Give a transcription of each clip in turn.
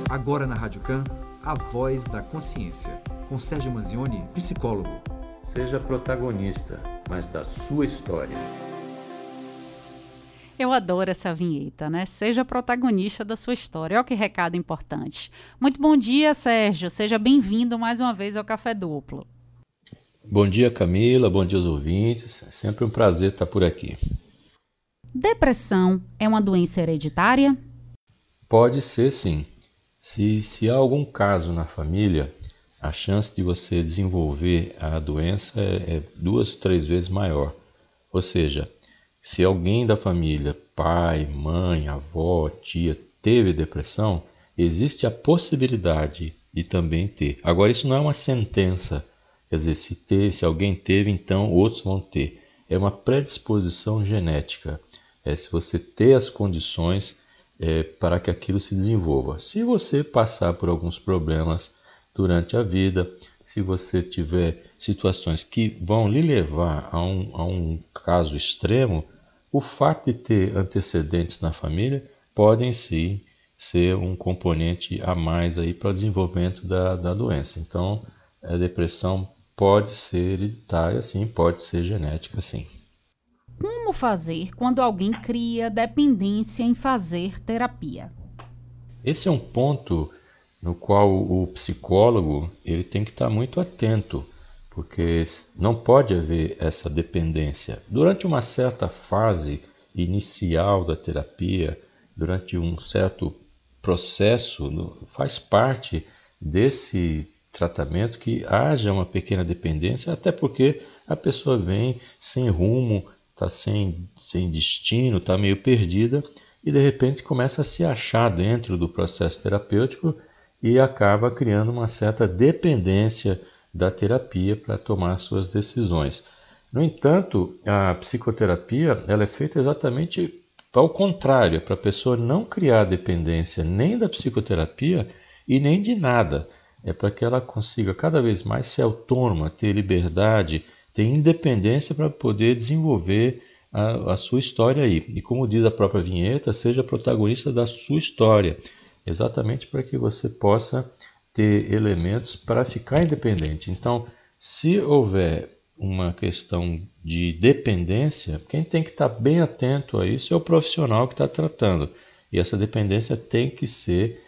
Agora na Rádio Can, a voz da consciência, com Sérgio Manzioni, psicólogo. Seja protagonista, mas da sua história. Eu adoro essa vinheta, né? Seja protagonista da sua história. Olha que recado importante. Muito bom dia, Sérgio. Seja bem-vindo mais uma vez ao Café Duplo. Bom dia, Camila. Bom dia aos ouvintes. É sempre um prazer estar por aqui. Depressão é uma doença hereditária? Pode ser, sim. Se há algum caso na família, a chance de você desenvolver a doença é 2 ou 3 vezes maior. Ou seja, se alguém da família, pai, mãe, avó, tia, teve depressão, existe a possibilidade de também ter. Agora, isso não é uma sentença. Quer dizer, se alguém teve, então outros vão ter. É uma predisposição genética. Se você ter as condições para que aquilo se desenvolva. Se você passar por alguns problemas durante a vida, se você tiver situações que vão lhe levar a um caso extremo, o fato de ter antecedentes na família podem sim ser um componente a mais aí para o desenvolvimento da doença. Então, a depressão pode ser hereditária, sim, pode ser genética, sim. Como fazer quando alguém cria dependência em fazer terapia? Esse é um ponto no qual o psicólogo ele tem que estar muito atento, porque não pode haver essa dependência. Durante uma certa fase inicial da terapia, durante um certo processo, faz parte desse tratamento que haja uma pequena dependência, até porque a pessoa vem sem rumo, está sem destino, está meio perdida e de repente começa a se achar dentro do processo terapêutico e acaba criando uma certa dependência da terapia para tomar suas decisões. No entanto, a psicoterapia ela é feita exatamente ao contrário, para a pessoa não criar dependência nem da psicoterapia e nem de nada. É para que ela consiga cada vez mais ser autônoma, ter liberdade, ter independência para poder desenvolver a sua história aí. E como diz a própria vinheta, seja protagonista da sua história, exatamente para que você possa ter elementos para ficar independente. Então, se houver uma questão de dependência, quem tem que estar bem atento a isso é o profissional que está tratando. E essa dependência tem que ser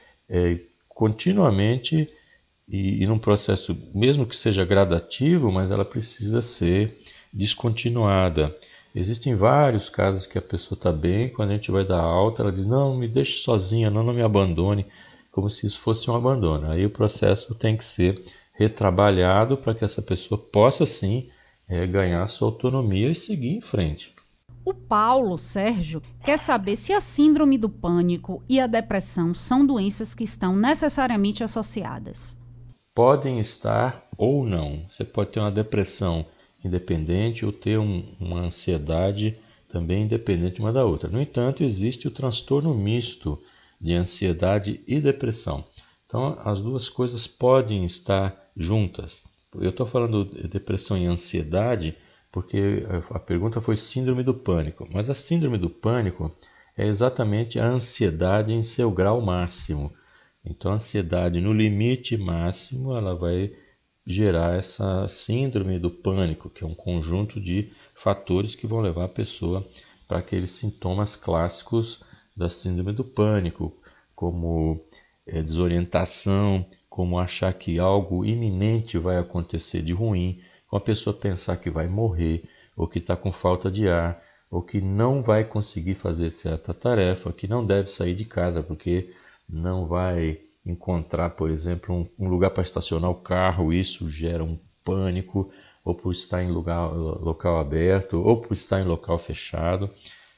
continuamente e num processo, mesmo que seja gradativo, mas ela precisa ser descontinuada. Existem vários casos que a pessoa está bem, quando a gente vai dar alta, ela diz, não, me deixe sozinha, não me abandone, como se isso fosse um abandono. Aí o processo tem que ser retrabalhado para que essa pessoa possa sim ganhar sua autonomia e seguir em frente. O Paulo, Sérgio, quer saber se a síndrome do pânico e a depressão são doenças que estão necessariamente associadas. Podem estar ou não. Você pode ter uma depressão independente ou ter uma ansiedade também independente uma da outra. No entanto, existe o transtorno misto de ansiedade e depressão. Então, as duas coisas podem estar juntas. Eu estou falando de depressão e ansiedade porque a pergunta foi síndrome do pânico. Mas a síndrome do pânico é exatamente a ansiedade em seu grau máximo. Então, a ansiedade no limite máximo, ela vai gerar essa síndrome do pânico, que é um conjunto de fatores que vão levar a pessoa para aqueles sintomas clássicos da síndrome do pânico, como desorientação, como achar que algo iminente vai acontecer de ruim, como a pessoa pensar que vai morrer, ou que está com falta de ar, ou que não vai conseguir fazer certa tarefa, que não deve sair de casa porque não vai encontrar, por exemplo, um lugar para estacionar o carro, isso gera um pânico, ou por estar em local aberto, ou por estar em local fechado,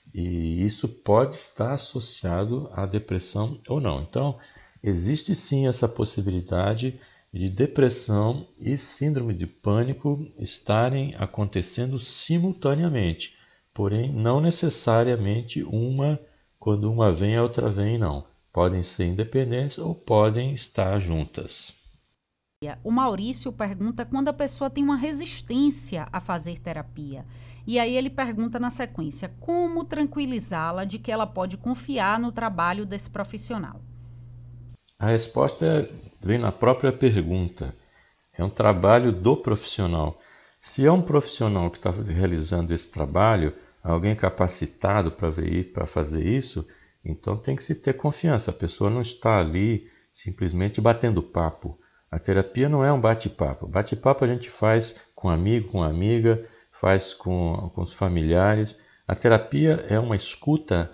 e isso pode estar associado à depressão ou não. Então, existe sim essa possibilidade de depressão e síndrome de pânico estarem acontecendo simultaneamente, porém não necessariamente quando uma vem a outra vem, não. Podem ser independentes ou podem estar juntas. O Maurício pergunta quando a pessoa tem uma resistência a fazer terapia. E aí ele pergunta na sequência, como tranquilizá-la de que ela pode confiar no trabalho desse profissional? A resposta vem na própria pergunta. É um trabalho do profissional. Se é um profissional que está realizando esse trabalho, alguém capacitado para fazer isso, então tem que se ter confiança. A pessoa não está ali simplesmente batendo papo. A terapia não é um bate-papo. Bate-papo a gente faz com amigo, com amiga, faz com os familiares. A terapia é uma escuta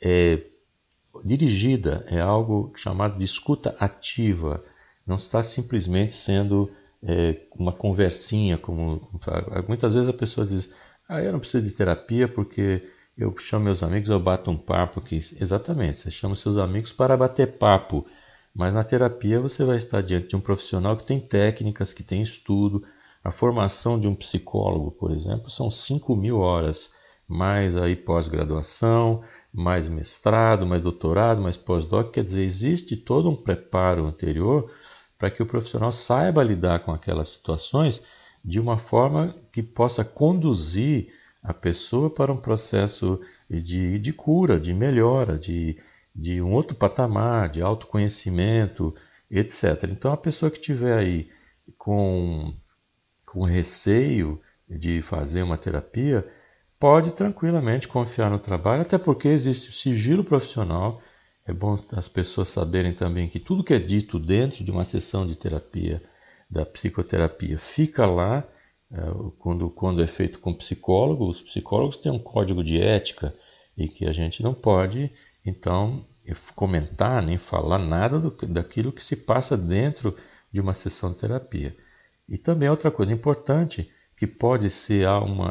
dirigida, é algo chamado de escuta ativa. Não está simplesmente sendo uma conversinha. Muitas vezes a pessoa diz, eu não preciso de terapia porque eu chamo meus amigos, eu bato um papo aqui. Exatamente, você chama seus amigos para bater papo. Mas na terapia você vai estar diante de um profissional que tem técnicas, que tem estudo. A formação de um psicólogo, por exemplo, são 5.000 horas, mais aí pós-graduação, mais mestrado, mais doutorado, mais pós-doc. Quer dizer, existe todo um preparo anterior para que o profissional saiba lidar com aquelas situações de uma forma que possa conduzir a pessoa para um processo de cura, de melhora, de um outro patamar, de autoconhecimento, etc. Então, a pessoa que estiver aí com receio de fazer uma terapia, pode tranquilamente confiar no trabalho, até porque existe sigilo profissional. É bom as pessoas saberem também que tudo que é dito dentro de uma sessão de terapia, da psicoterapia, fica lá. Quando é feito com psicólogo, os psicólogos têm um código de ética e que a gente não pode, então, comentar nem falar nada daquilo que se passa dentro de uma sessão de terapia. E também outra coisa importante, que pode ser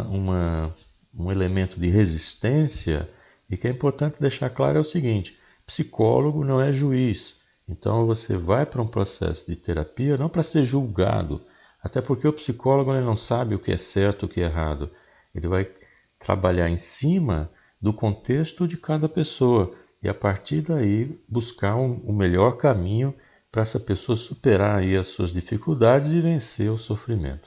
um elemento de resistência e que é importante deixar claro é o seguinte: psicólogo não é juiz. Então você vai para um processo de terapia não para ser julgado, até porque o psicólogo ele não sabe o que é certo e o que é errado. Ele vai trabalhar em cima do contexto de cada pessoa e a partir daí buscar o melhor caminho para essa pessoa superar aí as suas dificuldades e vencer o sofrimento.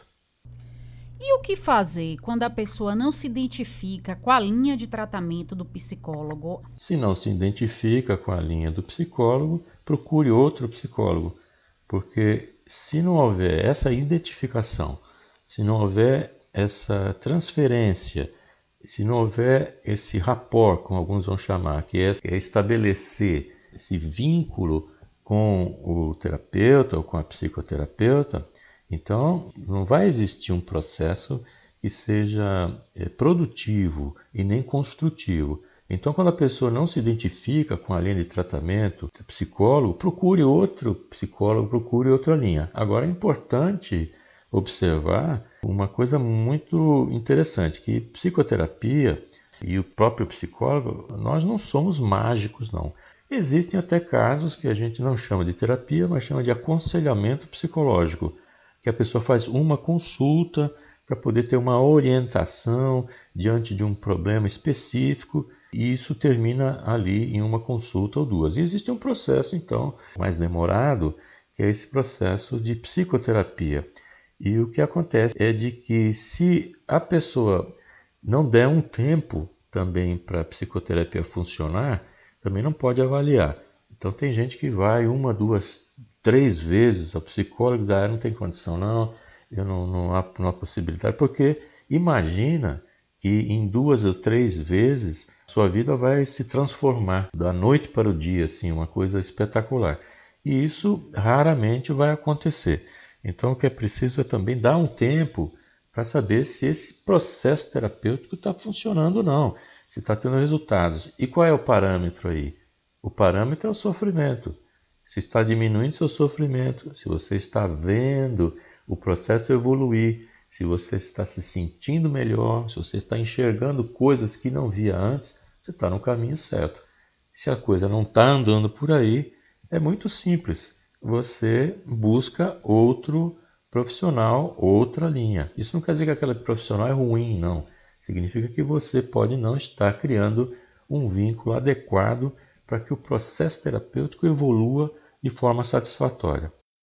E o que fazer quando a pessoa não se identifica com a linha de tratamento do psicólogo? Se não se identifica com a linha do psicólogo, procure outro psicólogo, porque se não houver essa identificação, se não houver essa transferência, se não houver esse rapport, como alguns vão chamar, que é estabelecer esse vínculo com o terapeuta ou com a psicoterapeuta, então não vai existir um processo que seja produtivo e nem construtivo. Então, quando a pessoa não se identifica com a linha de tratamento do psicólogo, procure outro psicólogo, procure outra linha. Agora, é importante observar uma coisa muito interessante, que psicoterapia e o próprio psicólogo, nós não somos mágicos, não. Existem até casos que a gente não chama de terapia, mas chama de aconselhamento psicológico, que a pessoa faz uma consulta para poder ter uma orientação diante de um problema específico, e isso termina ali em uma consulta ou duas. E existe um processo, então, mais demorado, que é esse processo de psicoterapia. E o que acontece é de que se a pessoa não der um tempo também para a psicoterapia funcionar, também não pode avaliar. Então tem gente que vai 1, 2, 3 vezes ao psicólogo e diz, não tem condição não, não há possibilidade, porque imagina que em 2 ou 3 vezes sua vida vai se transformar da noite para o dia, assim, uma coisa espetacular. E isso raramente vai acontecer. Então o que é preciso é também dar um tempo para saber se esse processo terapêutico está funcionando ou não, se está tendo resultados. E qual é o parâmetro aí? O parâmetro é o sofrimento. Se está diminuindo seu sofrimento, se você está vendo o processo evoluir, se você está se sentindo melhor, se você está enxergando coisas que não via antes, você está no caminho certo. Se a coisa não está andando por aí, é muito simples. Você busca outro profissional, outra linha. Isso não quer dizer que aquele profissional é ruim, não. Significa que você pode não estar criando um vínculo adequado para que o processo terapêutico evolua de forma satisfatória.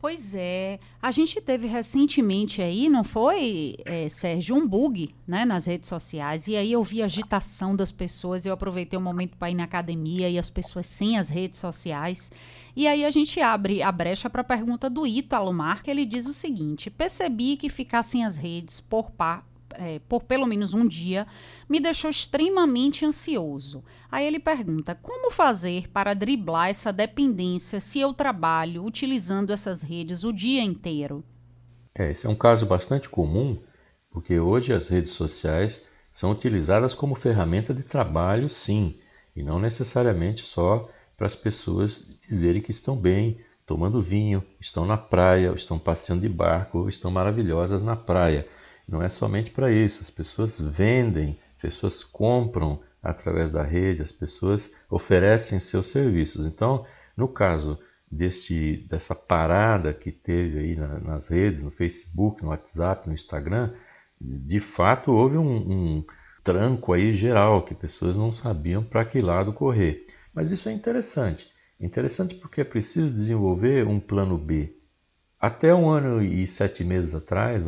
Pois é, a gente teve recentemente aí, não foi, Sérgio, um bug, né, nas redes sociais, e aí eu vi a agitação das pessoas, eu aproveitei o momento para ir na academia e as pessoas sem as redes sociais, e aí a gente abre a brecha para a pergunta do Ítalo Mar, que ele diz o seguinte: percebi que ficar sem as redes por pelo menos um dia, me deixou extremamente ansioso. Aí ele pergunta: como fazer para driblar essa dependência se eu trabalho utilizando essas redes o dia inteiro? Esse é um caso bastante comum, porque hoje as redes sociais são utilizadas como ferramenta de trabalho, sim, e não necessariamente só para as pessoas dizerem que estão bem, tomando vinho, estão na praia, estão passeando de barco, estão maravilhosas na praia. Não é somente para isso, as pessoas vendem, as pessoas compram através da rede, as pessoas oferecem seus serviços. Então, no caso dessa parada que teve aí nas redes, no Facebook, no WhatsApp, no Instagram, de fato houve um tranco aí geral, que pessoas não sabiam para que lado correr. Mas isso é interessante porque é preciso desenvolver um plano B. Até 1 ano e 7 meses atrás,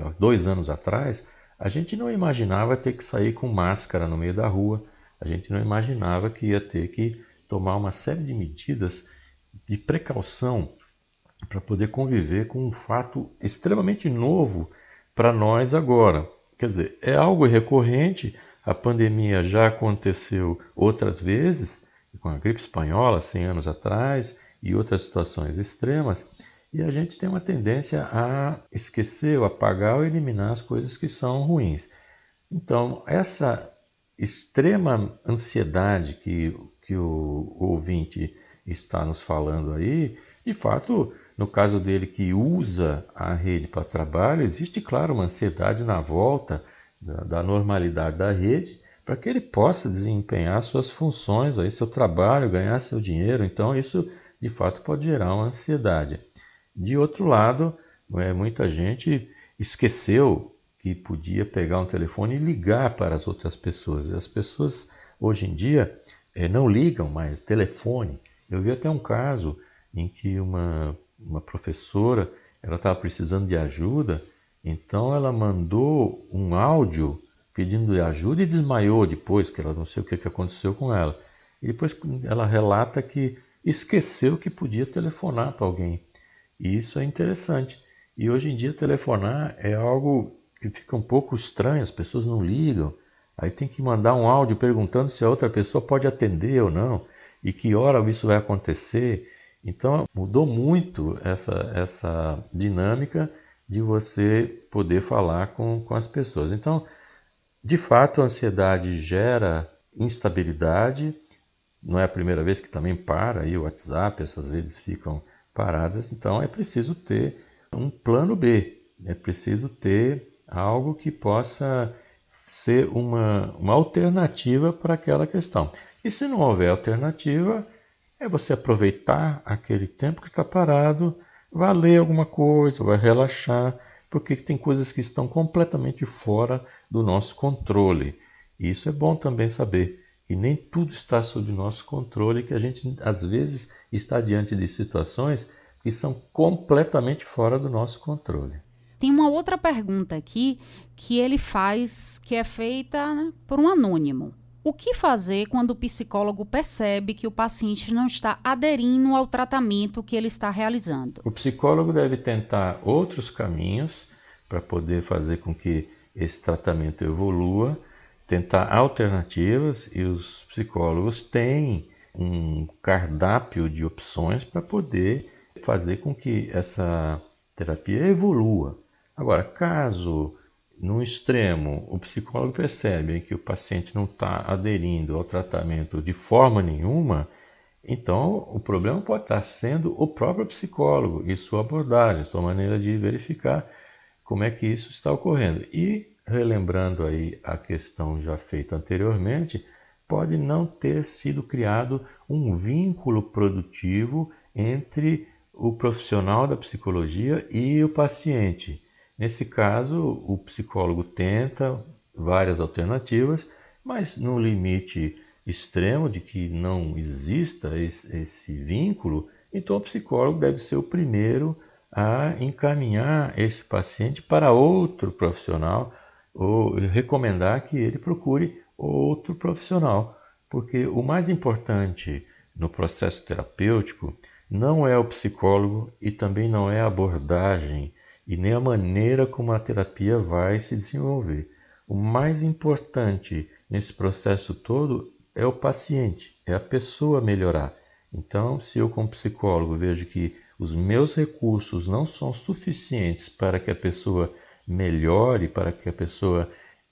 2 anos atrás, a gente não imaginava ter que sair com máscara no meio da rua, a gente não imaginava que ia ter que tomar uma série de medidas de precaução para poder conviver com um fato extremamente novo para nós agora. Quer dizer, é algo recorrente, a pandemia já aconteceu outras vezes, com a gripe espanhola 100 anos atrás e outras situações extremas, e a gente tem uma tendência a esquecer, ou apagar ou eliminar as coisas que são ruins. Então, essa extrema ansiedade que o ouvinte está nos falando aí, de fato, no caso dele que usa a rede para trabalho, existe, claro, uma ansiedade na volta da normalidade da rede, para que ele possa desempenhar suas funções, aí, seu trabalho, ganhar seu dinheiro. Então, isso, de fato, pode gerar uma ansiedade. De outro lado, muita gente esqueceu que podia pegar um telefone e ligar para as outras pessoas. As pessoas, hoje em dia, não ligam mais telefone. Eu vi até um caso em que uma professora estava precisando de ajuda, então ela mandou um áudio pedindo ajuda e desmaiou depois, que ela não sei o que aconteceu com ela. E depois ela relata que esqueceu que podia telefonar para alguém. E isso é interessante. E hoje em dia telefonar é algo que fica um pouco estranho, as pessoas não ligam. Aí tem que mandar um áudio perguntando se a outra pessoa pode atender ou não, e que hora isso vai acontecer. Então mudou muito essa dinâmica de você poder falar com as pessoas. Então, de fato, a ansiedade gera instabilidade. Não é a primeira vez que também para, aí o WhatsApp, essas redes ficam paradas. Então é preciso ter um plano B, é preciso ter algo que possa ser uma alternativa para aquela questão. E se não houver alternativa, é você aproveitar aquele tempo que está parado, vai ler alguma coisa, vai relaxar, porque tem coisas que estão completamente fora do nosso controle. E isso é bom também saber, que nem tudo está sob nosso controle, que a gente às vezes está diante de situações que são completamente fora do nosso controle. Tem uma outra pergunta aqui que ele faz, que é feita, né, por um anônimo. O que fazer quando o psicólogo percebe que o paciente não está aderindo ao tratamento que ele está realizando? O psicólogo deve tentar outros caminhos para poder fazer com que esse tratamento evolua, tentar alternativas, e os psicólogos têm um cardápio de opções para poder fazer com que essa terapia evolua. Agora, caso no extremo o psicólogo percebe que o paciente não está aderindo ao tratamento de forma nenhuma, então o problema pode estar sendo o próprio psicólogo e sua abordagem, sua maneira de verificar como é que isso está ocorrendo. E, relembrando aí a questão já feita anteriormente, pode não ter sido criado um vínculo produtivo entre o profissional da psicologia e o paciente. Nesse caso, o psicólogo tenta várias alternativas, mas no limite extremo de que não exista esse vínculo, então o psicólogo deve ser o primeiro a encaminhar esse paciente para outro profissional ou recomendar que ele procure outro profissional, porque o mais importante no processo terapêutico não é o psicólogo e também não é a abordagem e nem a maneira como a terapia vai se desenvolver. O mais importante nesse processo todo é o paciente, é a pessoa melhorar. Então, se eu como psicólogo vejo que os meus recursos não são suficientes para que a pessoa melhore, para que a pessoa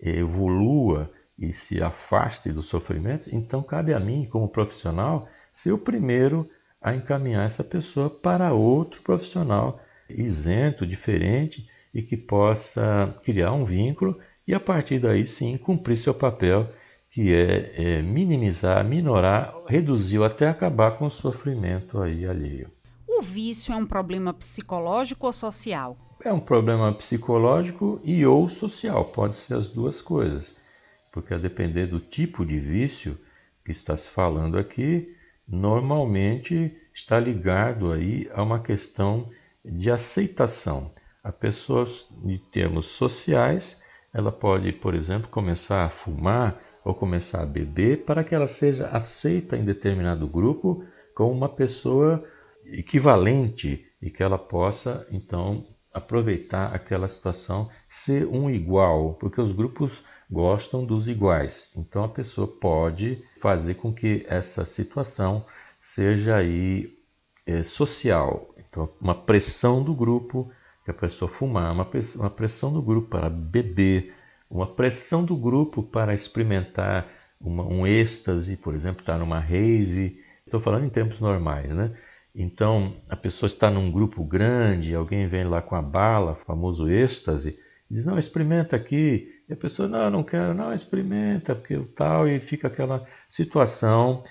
evolua e se afaste dos sofrimentos, então cabe a mim, como profissional, ser o primeiro a encaminhar essa pessoa para outro profissional isento, diferente e que possa criar um vínculo e a partir daí sim cumprir seu papel, que é minimizar, minorar, reduzir ou até acabar com o sofrimento aí alheio. O vício é um problema psicológico ou social? É um problema psicológico e ou social, pode ser as duas coisas, porque a depender do tipo de vício que está se falando aqui, normalmente está ligado aí a uma questão de aceitação. A pessoa, em termos sociais, ela pode, por exemplo, começar a fumar ou começar a beber para que ela seja aceita em determinado grupo como uma pessoa equivalente e que ela possa, então, aproveitar aquela situação, ser um igual, porque os grupos gostam dos iguais. Então, a pessoa pode fazer com que essa situação seja aí social. Então, uma pressão do grupo que a pessoa fumar, uma pressão do grupo para beber, uma pressão do grupo para experimentar um êxtase, por exemplo, estar numa rave. Estou falando em tempos normais, né? Então, a pessoa está num grupo grande, alguém vem lá com a bala, famoso êxtase, diz, não, experimenta aqui. E a pessoa, não quero, não, experimenta, porque o tal, e fica aquela situação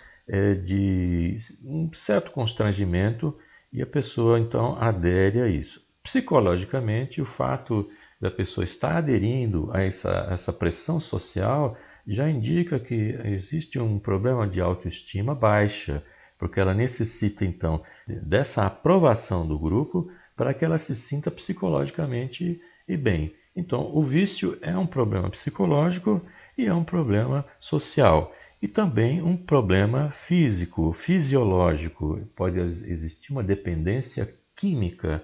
de um certo constrangimento e a pessoa, então, adere a isso. Psicologicamente, o fato da pessoa estar aderindo a essa pressão social já indica que existe um problema de autoestima baixa, porque ela necessita, então, dessa aprovação do grupo para que ela se sinta psicologicamente bem. Então, o vício é um problema psicológico e é um problema social. E também um problema físico, fisiológico. Pode existir uma dependência química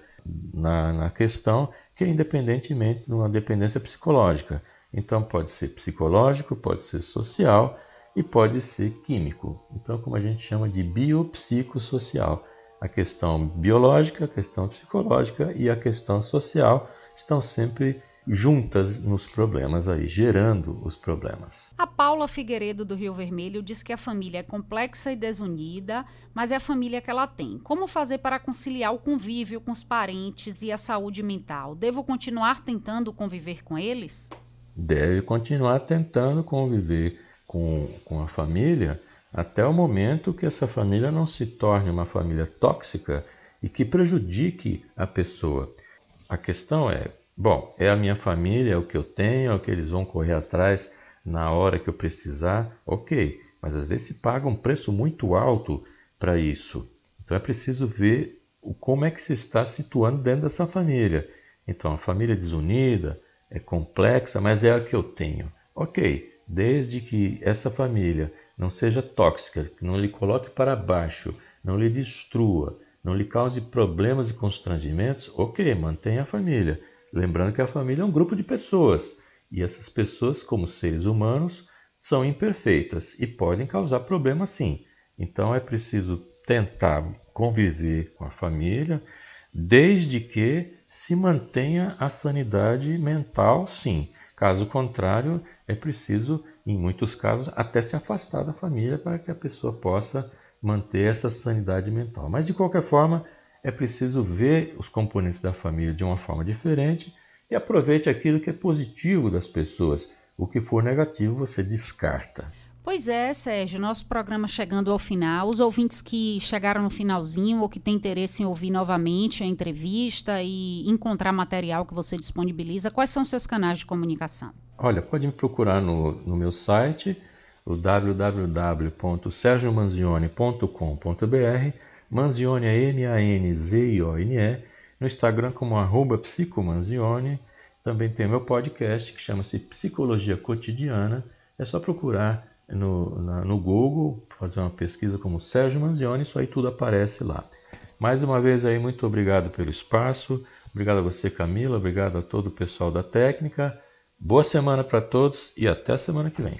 na questão, que é independentemente de uma dependência psicológica. Então, pode ser psicológico, pode ser social e pode ser químico. Então, como a gente chama de biopsicossocial. A questão biológica, a questão psicológica e a questão social estão sempre juntas nos problemas aí, gerando os problemas. A Paula Figueiredo do Rio Vermelho diz que a família é complexa e desunida, mas é a família que ela tem. Como fazer para conciliar o convívio com os parentes e a saúde mental? Devo continuar tentando conviver com eles? Deve continuar tentando conviver com a família até o momento que essa família não se torne uma família tóxica e que prejudique a pessoa. A questão é, é a minha família, é o que eu tenho, é o que eles vão correr atrás na hora que eu precisar, ok, mas às vezes se paga um preço muito alto para isso. Então é preciso ver como é que se está situando dentro dessa família. Então a família desunida, é complexa, mas é a que eu tenho. Ok, desde que essa família não seja tóxica, que não lhe coloque para baixo, não lhe destrua, não lhe cause problemas e constrangimentos, ok, mantenha a família. Lembrando que a família é um grupo de pessoas e essas pessoas, como seres humanos, são imperfeitas e podem causar problemas sim. Então é preciso tentar conviver com a família, desde que se mantenha a sanidade mental, sim. Caso contrário, é preciso, em muitos casos, até se afastar da família para que a pessoa possa manter essa sanidade mental. Mas, de qualquer forma, é preciso ver os componentes da família de uma forma diferente e aproveite aquilo que é positivo das pessoas. O que for negativo, você descarta. Pois é, Sérgio, nosso programa chegando ao final. Os ouvintes que chegaram no finalzinho ou que têm interesse em ouvir novamente a entrevista e encontrar material que você disponibiliza, quais são os seus canais de comunicação? Olha, pode me procurar no meu site, o www.sergiomanzione.com.br. Manzione é Manzione, no Instagram como @psicomanzioni. Também tem meu podcast que chama-se Psicologia Cotidiana. É só procurar no Google, fazer uma pesquisa como Sérgio Manzioni, isso aí tudo aparece lá. Mais uma vez aí, muito obrigado pelo espaço. Obrigado a você, Camila. Obrigado a todo o pessoal da técnica. Boa semana para todos e até semana que vem.